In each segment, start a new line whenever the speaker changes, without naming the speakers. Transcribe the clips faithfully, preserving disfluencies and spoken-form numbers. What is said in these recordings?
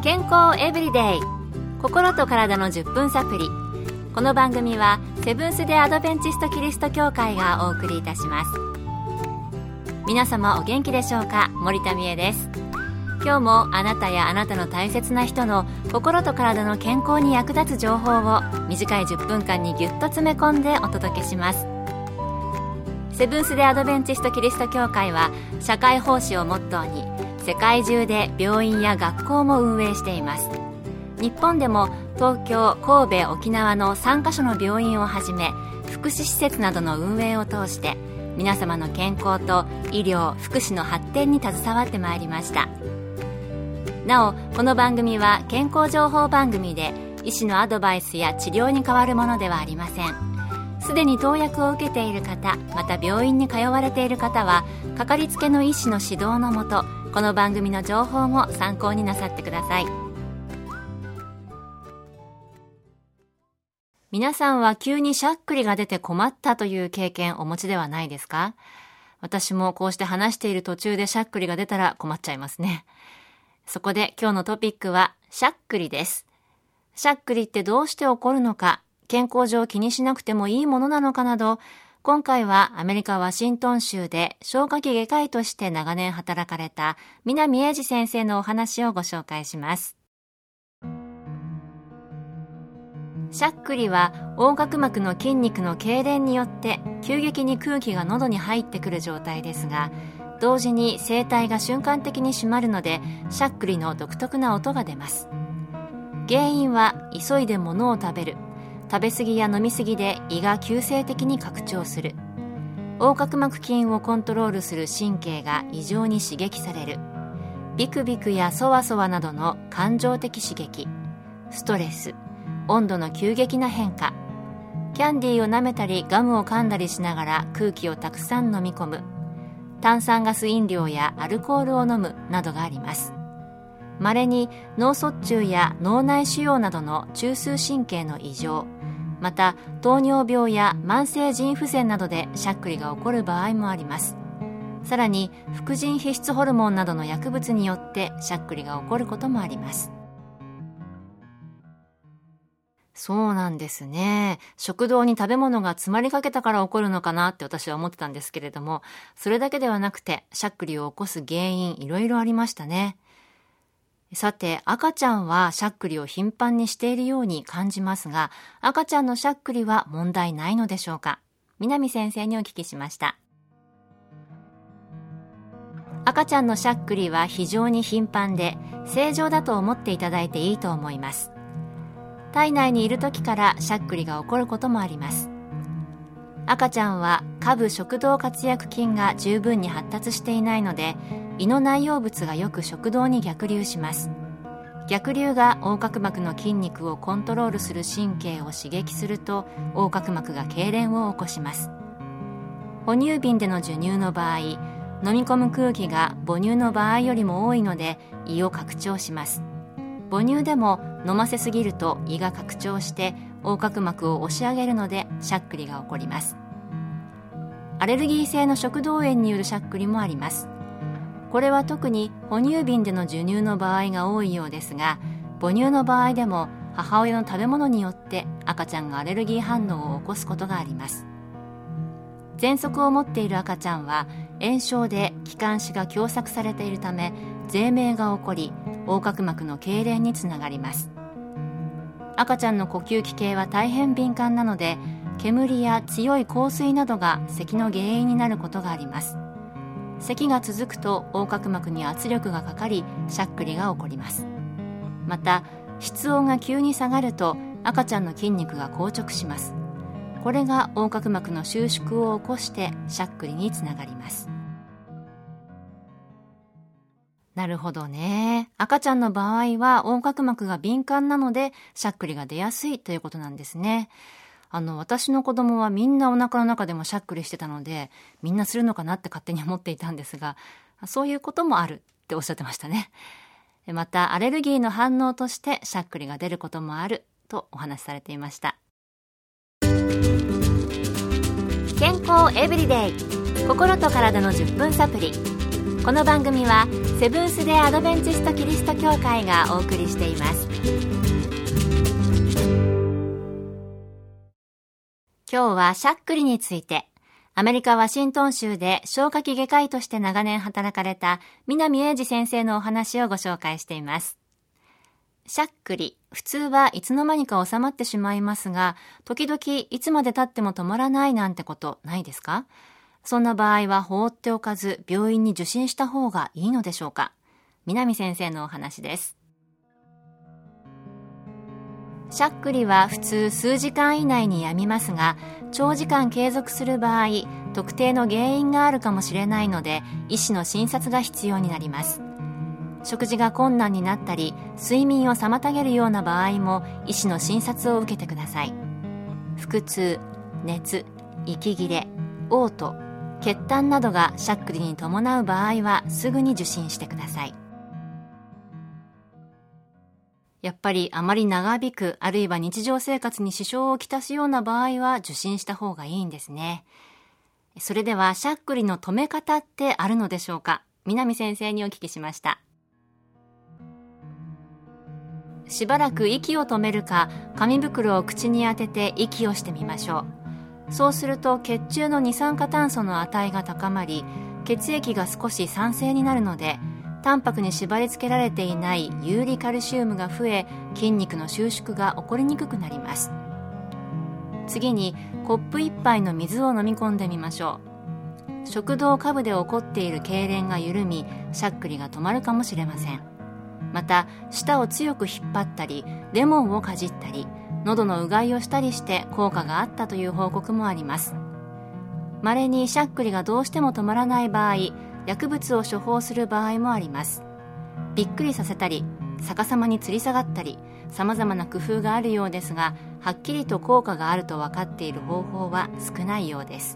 健康エブリデイ、心と体のじゅっぷんサプリ。この番組はセブンス・デ・アドベンチスト・キリスト教会がお送りいたします。皆様お元気でしょうか。森田美恵です。今日もあなたやあなたの大切な人の心と体の健康に役立つ情報を短いじゅっぷんかんにぎゅっと詰め込んでお届けします。セブンス・デ・アドベンチスト・キリスト教会は社会奉仕をモットーに世界中で病院や学校も運営しています。日本でも東京、神戸、沖縄のさんカ所の病院をはじめ福祉施設などの運営を通して皆様の健康と医療・福祉の発展に携わってまいりました。なお、この番組は健康情報番組で医師のアドバイスや治療に代わるものではありません。すでに投薬を受けている方、また病院に通われている方はかかりつけの医師の指導のもと、この番組の情報も参考になさってください。皆さんは急にしゃっくりが出て困ったという経験お持ちではないですか？私もこうして話している途中でしゃっくりが出たら困っちゃいますね。そこで今日のトピックはしゃっくりです。しゃっくりってどうして起こるのか、健康上気にしなくてもいいものなのかなど、今回はアメリカ・ワシントン州で消化器外科医として長年働かれた南英二先生のお話をご紹介します。しゃっくりは横隔膜の筋肉の痙攣によって急激に空気が喉に入ってくる状態ですが、同時に声帯が瞬間的に閉まるのでしゃっくりの独特な音が出ます。原因は急いで物を食べる、食べ過ぎや飲み過ぎで胃が急性的に拡張する、横隔膜筋をコントロールする神経が異常に刺激される、ビクビクやそわそわなどの感情的刺激、ストレス、温度の急激な変化、キャンディーを舐めたりガムを噛んだりしながら空気をたくさん飲み込む、炭酸ガス飲料やアルコールを飲むなどがあります。稀に脳卒中や脳内腫瘍などの中枢神経の異常、また糖尿病や慢性腎不全などでしゃっくりが起こる場合もあります。さらに副腎皮質ホルモンなどの薬物によってしゃっくりが起こることもあります。そうなんですね。食道に食べ物が詰まりかけたから起こるのかなって私は思ってたんですけれども、それだけではなくてしゃっくりを起こす原因いろいろありましたね。さて、赤ちゃんはしゃっくりを頻繁にしているように感じますが、赤ちゃんのしゃっくりは問題ないのでしょうか？南先生にお聞きしました。赤ちゃんのしゃっくりは非常に頻繁で正常だと思っていただいていいと思います。体内にいる時からしゃっくりが起こることもあります。赤ちゃんは下部食道括約筋が十分に発達していないので、胃の内容物がよく食道に逆流します。逆流が横隔膜の筋肉をコントロールする神経を刺激すると、横隔膜が痙攣を起こします。哺乳瓶での授乳の場合、飲み込む空気が母乳の場合よりも多いので胃を拡張します。母乳でも飲ませすぎると胃が拡張して横隔膜を押し上げるのでしゃっくりが起こります。アレルギー性の食道炎によるしゃっくりもあります。これは特に哺乳瓶での授乳の場合が多いようですが、母乳の場合でも母親の食べ物によって赤ちゃんがアレルギー反応を起こすことがあります。喘息を持っている赤ちゃんは炎症で気管支が狭窄されているためぜい鳴が起こり、横隔膜の痙攣につながります。赤ちゃんの呼吸器系は大変敏感なので、煙や強い香水などが咳の原因になることがあります。咳が続くと横隔膜に圧力がかかりしゃっくりが起こります。また室温が急に下がると赤ちゃんの筋肉が硬直します。これが横隔膜の収縮を起こしてしゃっくりにつながります。なるほどね。赤ちゃんの場合は横隔膜が敏感なのでしゃっくりが出やすいということなんですね。あの私の子供はみんなお腹の中でもしゃっくりしてたので、みんなするのかなって勝手に思っていたんですが、そういうこともあるっておっしゃってましたね。またアレルギーの反応としてしゃっくりが出ることもあるとお話しされていました。健康エブリデイ、心と体のじゅっぷんサプリ。 この番組はセブンス・デー・アドベンチスト・キリスト教会がお送りしています。今日はしゃっくりについて、アメリカ・ワシントン州で消化器外科医として長年働かれた南英二先生のお話をご紹介しています。しゃっくり、普通はいつの間にか収まってしまいますが、時々いつまで経っても止まらないなんてことないですか？そんな場合は放っておかず病院に受診した方がいいのでしょうか？南先生のお話です。しゃっくりは普通数時間以内に止みますが、長時間継続する場合、特定の原因があるかもしれないので、医師の診察が必要になります。食事が困難になったり、睡眠を妨げるような場合も、医師の診察を受けてください。腹痛、熱、息切れ、嘔吐、血痰などがしゃっくりに伴う場合は、すぐに受診してください。やっぱりあまり長引く、あるいは日常生活に支障をきたすような場合は受診した方がいいんですね。それではしゃっくりの止め方ってあるのでしょうか？南先生にお聞きしました。しばらく息を止めるか、紙袋を口に当てて息をしてみましょう。そうすると血中の二酸化炭素の値が高まり、血液が少し酸性になるので、タンパクに縛り付けられていない有利カルシウムが増え、筋肉の収縮が起こりにくくなります。次にコップ一杯の水を飲み込んでみましょう。食道下部で起こっている痙攣が緩み、しゃっくりが止まるかもしれません。また舌を強く引っ張ったり、レモンをかじったり、喉のうがいをしたりして効果があったという報告もあります。稀にしゃっくりがどうしても止まらない場合、薬物を処方する場合もあります。びっくりさせたり、逆さまに吊り下がったり、様々な工夫があるようですが、はっきりと効果があると分かっている方法は少ないようです。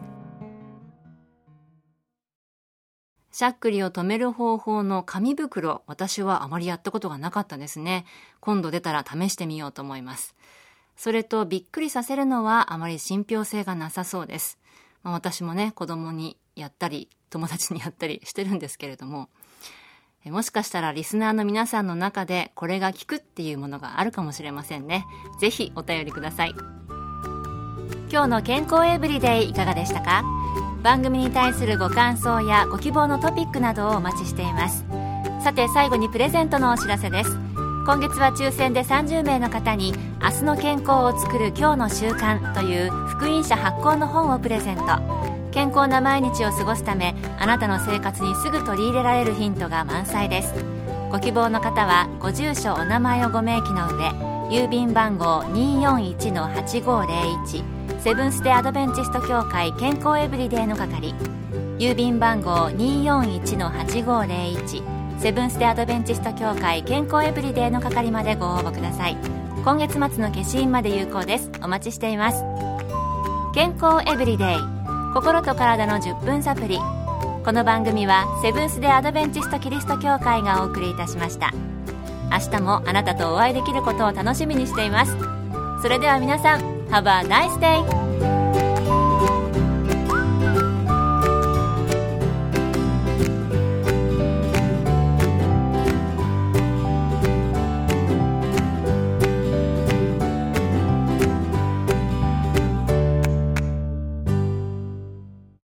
しゃっくりを止める方法の紙袋、私はあまりやったことがなかったですね。今度出たら試してみようと思います。それとびっくりさせるのはあまり信憑性がなさそうです。まあ、私もね、子供にやったり友達にやったりしてるんですけれども、えもしかしたらリスナーの皆さんの中でこれが効くっていうものがあるかもしれませんね。ぜひお便りください。今日の健康エブリデイいかがでしたか？番組に対するご感想やご希望のトピックなどをお待ちしています。さて最後にプレゼントのお知らせです。今月は抽選でさんじゅうめいの方に明日の健康をつくる今日の習慣という福音社発行の本をプレゼント。健康な毎日を過ごすため、あなたの生活にすぐ取り入れられるヒントが満載です。ご希望の方はご住所お名前をご明記の上、郵便番号 にーよんいちのはちごーぜろいち セブンス・デ・アドベンチスト協会健康エブリデイの係、郵便番号 にーよんいちのはちごーぜろいち セブンス・デ・アドベンチスト協会健康エブリデイの係までご応募ください。今月末の消印まで有効です。お待ちしています。健康エブリデイ、心と体のじゅっぷんサプリ。この番組はセブンス・デ・アドベンチスト・キリスト教会がお送りいたしました。明日もあなたとお会いできることを楽しみにしています。それでは皆さん、Have a nice day!